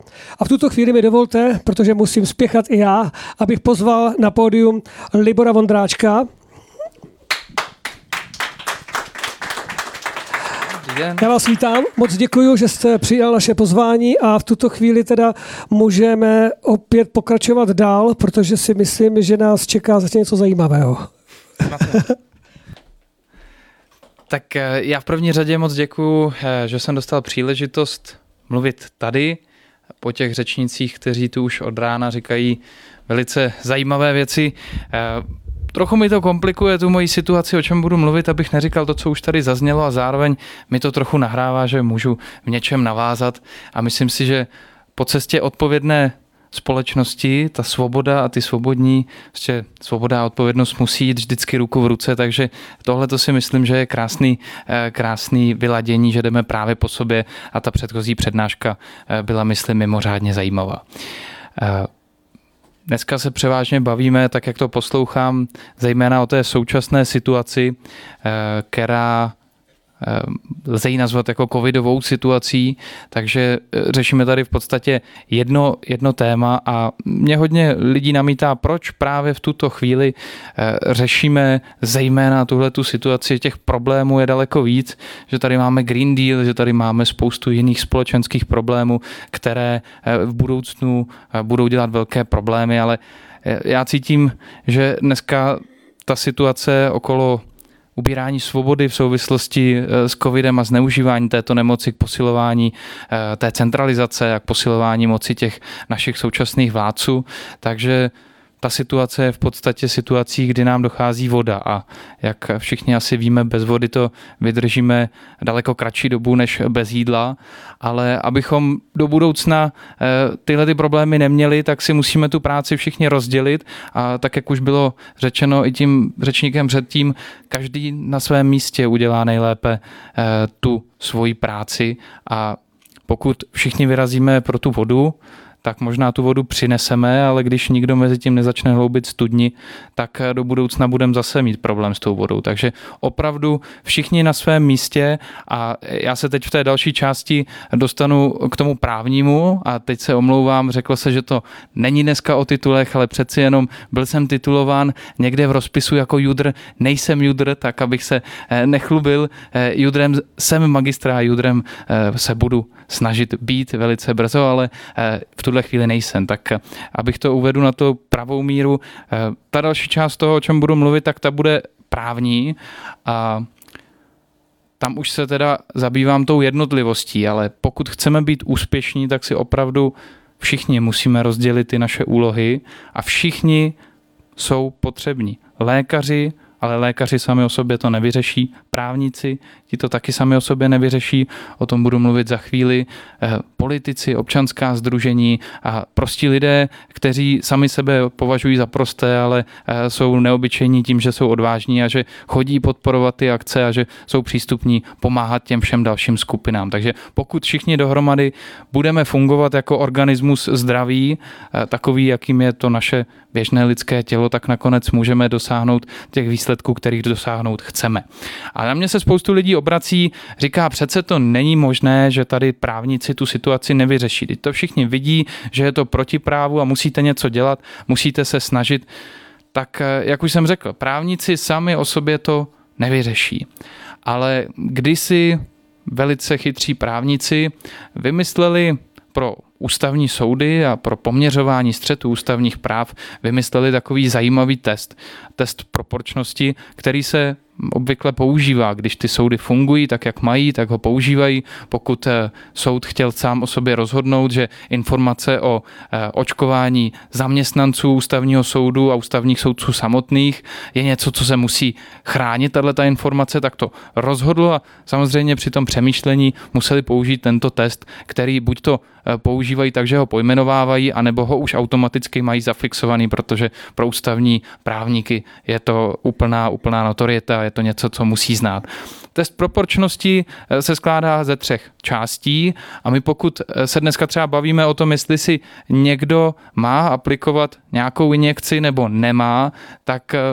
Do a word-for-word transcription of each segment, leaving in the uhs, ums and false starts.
A v tuto chvíli mi dovolte, protože musím spěchat i já, abych pozval na pódium Libora Vondráčka. Já vás vítám, moc děkuji, že jste přijal naše pozvání a v tuto chvíli teda můžeme opět pokračovat dál, protože si myslím, že nás čeká zatím něco zajímavého. Tak já v první řadě moc děkuji, že jsem dostal příležitost mluvit tady po těch řečnících, kteří tu už od rána říkají velice zajímavé věci. Trochu mi to komplikuje tu moji situaci, o čem budu mluvit, abych neříkal to, co už tady zaznělo, a zároveň mi to trochu nahrává, že můžu v něčem navázat a myslím si, že po cestě odpovědné společnosti ta svoboda a ty svobodní, prostě svoboda a odpovědnost musí jít vždycky ruku v ruce, takže tohle to si myslím, že je krásný, krásný vyladění, že jdeme právě po sobě a ta předchozí přednáška byla, myslím, mimořádně zajímavá. Dneska se převážně bavíme, tak jak to poslouchám, zejména o té současné situaci, která lze ji nazvat jako covidovou situací, takže řešíme tady v podstatě jedno, jedno téma a mě hodně lidí namítá, proč právě v tuto chvíli řešíme zejména tuhletu situaci. Těch problémů je daleko víc, že tady máme Green Deal, že tady máme spoustu jiných společenských problémů, které v budoucnu budou dělat velké problémy, ale já cítím, že dneska ta situace okolo ubírání svobody v souvislosti s covidem a zneužívání této nemoci k posilování té centralizace a k posilování moci těch našich současných vládců. Takže ta situace je v podstatě situací, kdy nám dochází voda a jak všichni asi víme, bez vody to vydržíme daleko kratší dobu než bez jídla, ale abychom do budoucna tyhle ty problémy neměli, tak si musíme tu práci všichni rozdělit a tak, jak už bylo řečeno i tím řečníkem předtím, každý na svém místě udělá nejlépe tu svoji práci a pokud všichni vyrazíme pro tu vodu, tak možná tu vodu přineseme, ale když nikdo mezi tím nezačne hloubit studni, tak do budoucna budeme zase mít problém s tou vodou. Takže opravdu všichni na svém místě a já se teď v té další části dostanu k tomu právnímu a teď se omlouvám, řeklo se, že to není dneska o titulech, ale přeci jenom byl jsem titulován někde v rozpisu jako judr, nejsem judr, tak abych se nechlubil. Judrem jsem magistra a judrem se budu snažit být velice brzo, ale v tuhle chvíli nejsem. Tak abych to uvedl na to pravou míru, ta další část toho, o čem budu mluvit, tak ta bude právní a tam už se teda zabývám tou jednotlivostí, ale pokud chceme být úspěšní, tak si opravdu všichni musíme rozdělit ty naše úlohy a všichni jsou potřební. Lékaři, ale lékaři sami o sobě to nevyřeší, právníci, ti to taky sami o sobě nevyřeší, o tom budu mluvit za chvíli, politici, občanská sdružení a prostí lidé, kteří sami sebe považují za prosté, ale jsou neobyčejní tím, že jsou odvážní a že chodí podporovat ty akce a že jsou přístupní pomáhat těm všem dalším skupinám. Takže pokud všichni dohromady budeme fungovat jako organismus zdraví, takový, jakým je to naše běžné lidské tělo, tak nakonec můžeme dosáhnout těch výsledků, kterých dosáhnout chceme. A na mě se spoustu lidí obrací, říká, přece to není možné, že tady právníci tu situaci nevyřeší. Teď to všichni vidí, že je to proti právu a musíte něco dělat, musíte se snažit. Tak, jak už jsem řekl, právníci sami o sobě to nevyřeší. Ale kdysi velice chytří právníci vymysleli pro ústavní soudy a pro poměřování střetu ústavních práv vymysleli takový zajímavý test. Test proporčnosti, který se obvykle používá. Když ty soudy fungují tak, jak mají, tak ho používají. Pokud soud chtěl sám o sobě rozhodnout, že informace o očkování zaměstnanců ústavního soudu a ústavních soudců samotných je něco, co se musí chránit, tato informace, tak to rozhodlo a samozřejmě při tom přemýšlení museli použít tento test, který buď to používají tak, že ho pojmenovávají, anebo ho už automaticky mají zafixovaný, protože pro ústavní právníky je to úplná, úplná notorieta, je to něco, co musí znát. Test proporčnosti se skládá ze třech částí a my pokud se dneska třeba bavíme o tom, jestli si někdo má aplikovat nějakou injekci nebo nemá, tak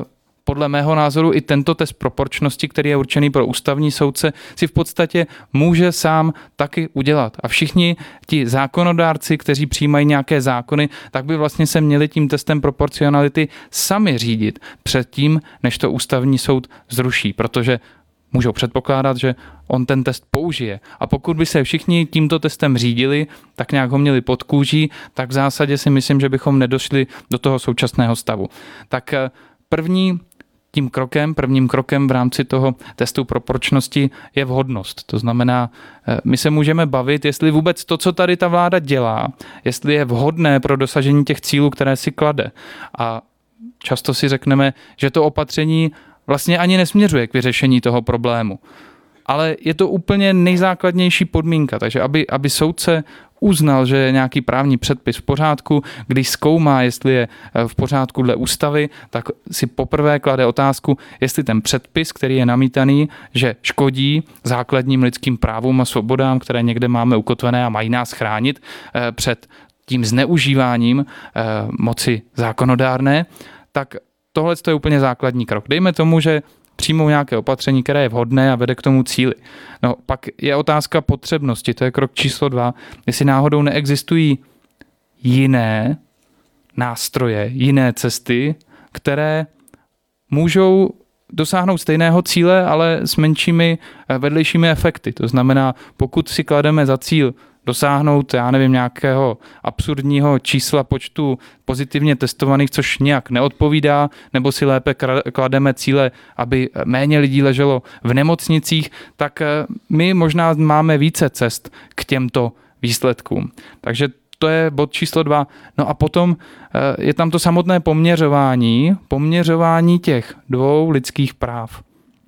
podle mého názoru i tento test proporčnosti, který je určený pro ústavní soudce, si v podstatě může sám taky udělat. A všichni ti zákonodárci, kteří přijímají nějaké zákony, tak by vlastně se měli tím testem proporcionality sami řídit předtím, než to ústavní soud zruší, protože můžou předpokládat, že on ten test použije. A pokud by se všichni tímto testem řídili, tak nějak ho měli pod kůží, tak v zásadě si myslím, že bychom nedošli do toho současného stavu. Tak první tím krokem, prvním krokem v rámci toho testu proporčnosti je vhodnost. To znamená, my se můžeme bavit, jestli vůbec to, co tady ta vláda dělá, jestli je vhodné pro dosažení těch cílů, které si klade. A často si řekneme, že to opatření vlastně ani nesměřuje k vyřešení toho problému. Ale je to úplně nejzákladnější podmínka, takže aby, aby soudce uznal, že je nějaký právní předpis v pořádku, když zkoumá, jestli je v pořádku dle ústavy, tak si poprvé klade otázku, jestli ten předpis, který je namítaný, že škodí základním lidským právům a svobodám, které někde máme ukotvené a mají nás chránit před tím zneužíváním moci zákonodárné, tak tohle je úplně základní krok. Dejme tomu, že přijmou nějaké opatření, které je vhodné a vede k tomu cíli. No, pak je otázka potřebnosti, to je krok číslo dva. Jestli náhodou neexistují jiné nástroje, jiné cesty, které můžou dosáhnout stejného cíle, ale s menšími vedlejšími efekty. To znamená, pokud si klademe za cíl dosáhnout, já nevím, nějakého absurdního čísla počtu pozitivně testovaných, což nějak neodpovídá, nebo si lépe klademe cíle, aby méně lidí leželo v nemocnicích, tak my možná máme více cest k těmto výsledkům. Takže to je bod číslo dva. No a potom je tam to samotné poměřování, poměřování těch dvou lidských práv.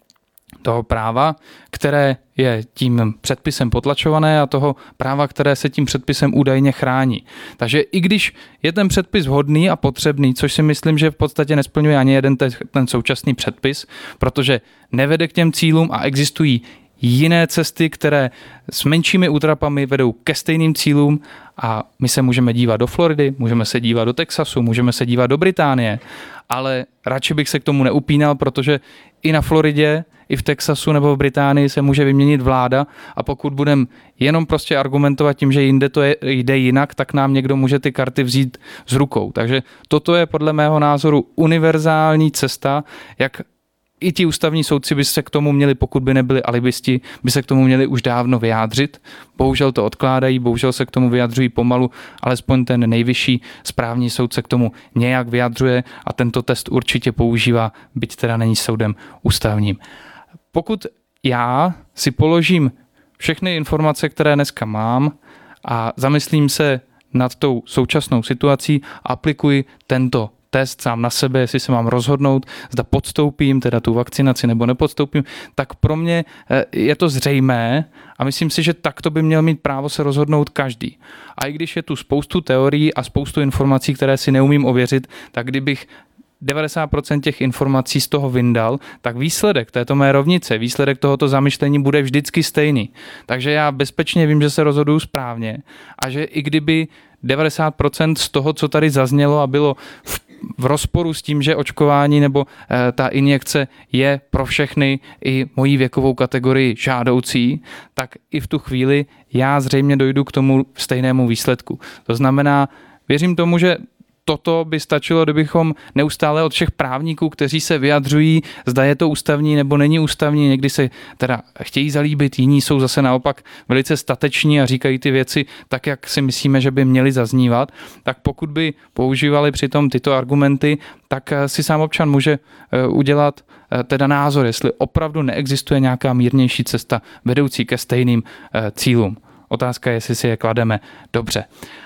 Toho práva, které je tím předpisem potlačované a toho práva, které se tím předpisem údajně chrání. Takže i když je ten předpis vhodný a potřebný, což si myslím, že v podstatě nesplňuje ani jeden ten současný předpis, protože nevede k těm cílům a existují jiné cesty, které s menšími útrapami vedou ke stejným cílům a my se můžeme dívat do Floridy, můžeme se dívat do Texasu, můžeme se dívat do Británie, ale radši bych se k tomu neupínal, protože i na Floridě, i v Texasu nebo v Británii se může vyměnit vláda a pokud budeme jenom prostě argumentovat tím, že jinde to je, jde jinak, tak nám někdo může ty karty vzít z rukou. Takže toto je podle mého názoru univerzální cesta, jak i ti ústavní soudci by se k tomu měli, pokud by nebyli alibisti, by se k tomu měli už dávno vyjádřit. Bohužel to odkládají, bohužel se k tomu vyjadřují pomalu, alespoň ten nejvyšší správní soud se k tomu nějak vyjadřuje a tento test určitě používá, byť teda není soudem ústavním. Pokud já si položím všechny informace, které dneska mám a zamyslím se nad tou současnou situací, aplikuji tento test sám na sebe, jestli se mám rozhodnout, zda podstoupím teda tu vakcinaci nebo nepodstoupím, tak pro mě je to zřejmé a myslím si, že takto by měl mít právo se rozhodnout každý. A i když je tu spoustu teorií a spoustu informací, které si neumím ověřit, tak kdybych devadesát procent těch informací z toho vyndal, tak výsledek této mé rovnice, výsledek tohoto zamyšlení bude vždycky stejný. Takže já bezpečně vím, že se rozhoduju správně a že i kdyby devadesát procent z toho, co tady zaznělo a bylo v, v rozporu s tím, že očkování nebo e, ta injekce je pro všechny i mojí věkovou kategorii žádoucí, tak i v tu chvíli já zřejmě dojdu k tomu stejnému výsledku. To znamená, věřím tomu, že toto by stačilo, kdybychom neustále od všech právníků, kteří se vyjadřují, zda je to ústavní nebo není ústavní, někdy se teda chtějí zalíbit, jiní jsou zase naopak velice stateční a říkají ty věci tak, jak si myslíme, že by měly zaznívat, tak pokud by používali přitom tyto argumenty, tak si sám občan může udělat teda názor, jestli opravdu neexistuje nějaká mírnější cesta vedoucí ke stejným cílům. Otázka je, jestli si je klademe dobře.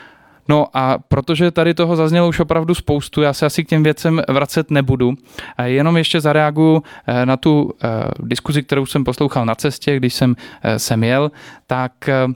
No a protože tady toho zaznělo už opravdu spoustu, já se asi k těm věcem vracet nebudu. Jenom ještě zareaguju na tu diskuzi, kterou jsem poslouchal na cestě, když jsem sem jel. Tak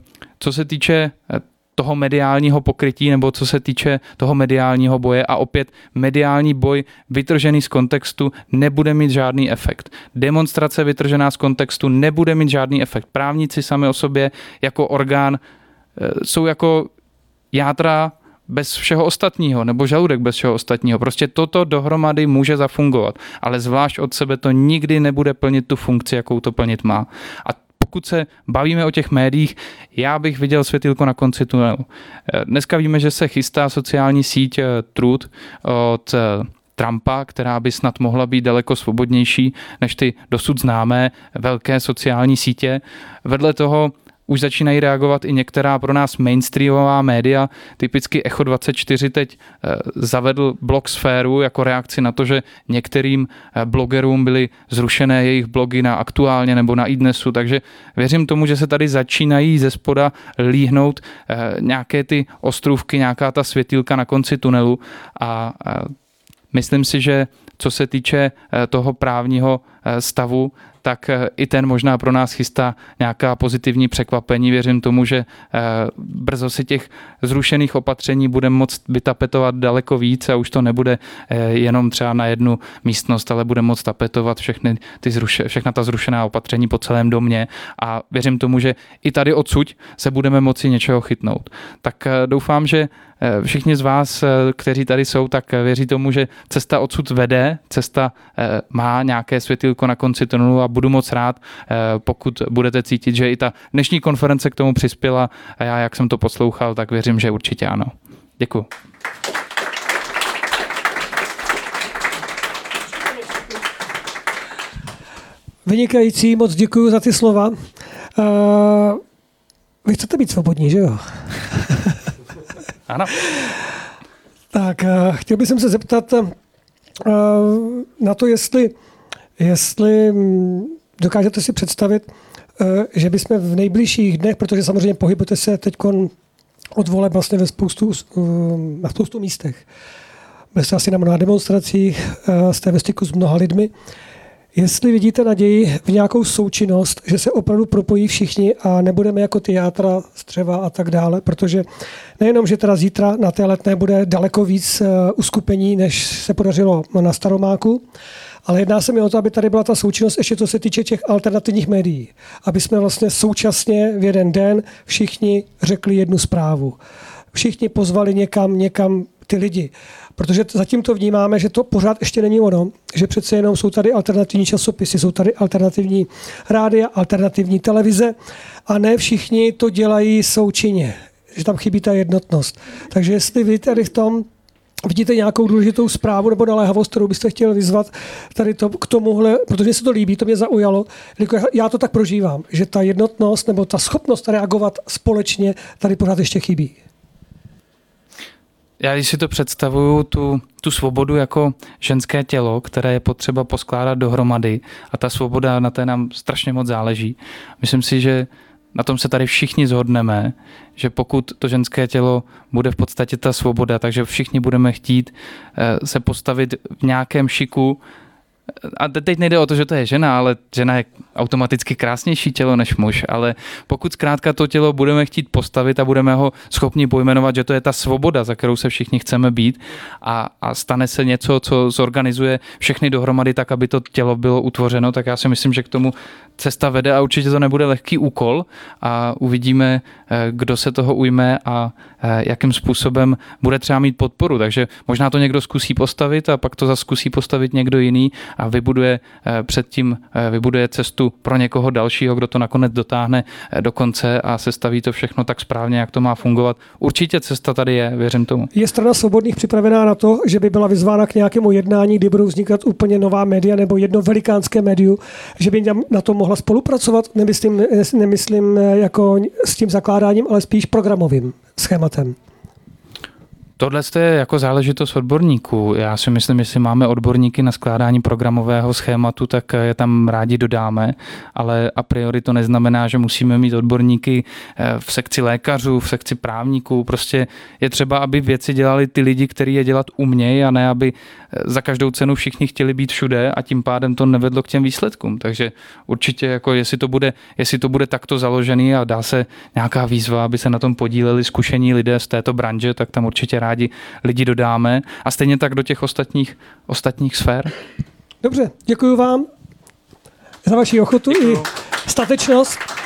co se týče toho mediálního pokrytí nebo co se týče toho mediálního boje a opět mediální boj vytržený z kontextu nebude mít žádný efekt. Demonstrace vytržená z kontextu nebude mít žádný efekt. Právníci sami o sobě jako orgán jsou jako játra bez všeho ostatního, nebo žaludek bez všeho ostatního. Prostě toto dohromady může zafungovat, ale zvlášť od sebe to nikdy nebude plnit tu funkci, jakou to plnit má. A pokud se bavíme o těch médiích, já bych viděl světýlko na konci tunelu. Dneska víme, že se chystá sociální síť Truth od Trumpa, která by snad mohla být daleko svobodnější než ty dosud známé velké sociální sítě. Vedle toho už začínají reagovat i některá pro nás mainstreamová média. Typicky Echo dvacet čtyři teď zavedl blogsféru jako reakci na to, že některým blogerům byly zrušené jejich blogy na Aktuálně nebo na iDnesu, takže věřím tomu, že se tady začínají ze spoda líhnout nějaké ty ostrůvky, nějaká ta světýlka na konci tunelu a myslím si, že co se týče toho právního stavu, tak i ten možná pro nás chystá nějaká pozitivní překvapení. Věřím tomu, že brzo si těch zrušených opatření budeme moct vytapetovat daleko víc a už to nebude jenom třeba na jednu místnost, ale bude moct tapetovat všechny ty zruše, všechna ta zrušená opatření po celém domě a věřím tomu, že i tady odsud se budeme moci něčeho chytnout. Tak doufám, že všichni z vás, kteří tady jsou, tak věří tomu, že cesta odsud vede, cesta má nějaké světýlko na konci tunelu a budu moc rád, pokud budete cítit, že i ta dnešní konference k tomu přispěla a já, jak jsem to poslouchal, tak věřím, že určitě ano. Děkuji. Vynikající, moc děkuji za ty slova. Uh, vy chcete být svobodní, že jo? Ano. Tak, uh, chtěl bych se zeptat uh, na to, jestli, jestli dokážete si představit, uh, že bychom v nejbližších dnech, protože samozřejmě pohybujete se teď od voleb vlastně ve spoustu, uh, na spoustu místech. Byli jste asi na demonstracích, uh, jste ve styku s mnoha lidmi. Jestli vidíte naději v nějakou součinnost, že se opravdu propojí všichni a nebudeme jako ty játra, střeva a tak dále, protože nejenom, že teda zítra na té Letné bude daleko víc uskupení, než se podařilo na Staromáku, ale jedná se mi o to, aby tady byla ta součinnost ještě co se týče těch alternativních médií. Aby jsme vlastně současně v jeden den všichni řekli jednu zprávu. Všichni pozvali někam, někam ty lidi. Protože zatím to vnímáme, že to pořád ještě není ono, že přece jenom jsou tady alternativní časopisy, jsou tady alternativní rádia, alternativní televize a ne všichni to dělají součinně, že tam chybí ta jednotnost. Takže jestli vy tady v tom vidíte nějakou důležitou zprávu nebo naléhavost, kterou byste chtěl vyzvat tady to, k tomuhle, protože se to líbí, to mě zaujalo, já to tak prožívám, že ta jednotnost nebo ta schopnost reagovat společně tady pořád ještě chybí. Já když si to představuju, tu, tu svobodu jako ženské tělo, které je potřeba poskládat dohromady a ta svoboda, na té nám strašně moc záleží. Myslím si, že na tom se tady všichni shodneme, že pokud to ženské tělo bude v podstatě ta svoboda, takže všichni budeme chtít se postavit v nějakém šiku. A teď nejde o to, že to je žena, ale žena je automaticky krásnější tělo než muž, ale pokud zkrátka to tělo budeme chtít postavit a budeme ho schopni pojmenovat, že to je ta svoboda, za kterou se všichni chceme být a, a stane se něco, co zorganizuje všechny dohromady tak, aby to tělo bylo utvořeno, tak já si myslím, že k tomu cesta vede a určitě to nebude lehký úkol a uvidíme, kdo se toho ujme a jakým způsobem bude třeba mít podporu. Takže možná to někdo zkusí postavit a pak to zase zkusí postavit někdo jiný a vybuduje předtím vybuduje cestu pro někoho dalšího, kdo to nakonec dotáhne do konce a sestaví to všechno tak správně, jak to má fungovat. Určitě cesta tady je, věřím tomu. Je strana Svobodných připravená na to, že by byla vyzvána k nějakému jednání, kdy budou vznikat úplně nová média nebo jedno velikánské médium, že by na to mohla spolupracovat? Nemyslím, nemyslím jako s tím zakládáním, ale spíš programovým schématem. Tohle je jako záležitost odborníků. Já si myslím, jestli máme odborníky na skládání programového schématu, tak je tam rádi dodáme, ale a priori to neznamená, že musíme mít odborníky v sekci lékařů, v sekci právníků. Prostě je třeba, aby věci dělali ty lidi, kteří je dělat umějí a ne, aby za každou cenu všichni chtěli být všude a tím pádem to nevedlo k těm výsledkům. Takže určitě, jako jestli to bude, jestli to bude takto založený a dá se nějaká výzva, aby se na tom podíleli zkušení lidé z této branže, tak tam určitě rádi lidi dodáme a stejně tak do těch ostatních, ostatních sfér. Dobře, děkuji vám za vaši ochotu. Děkuju. I statečnost.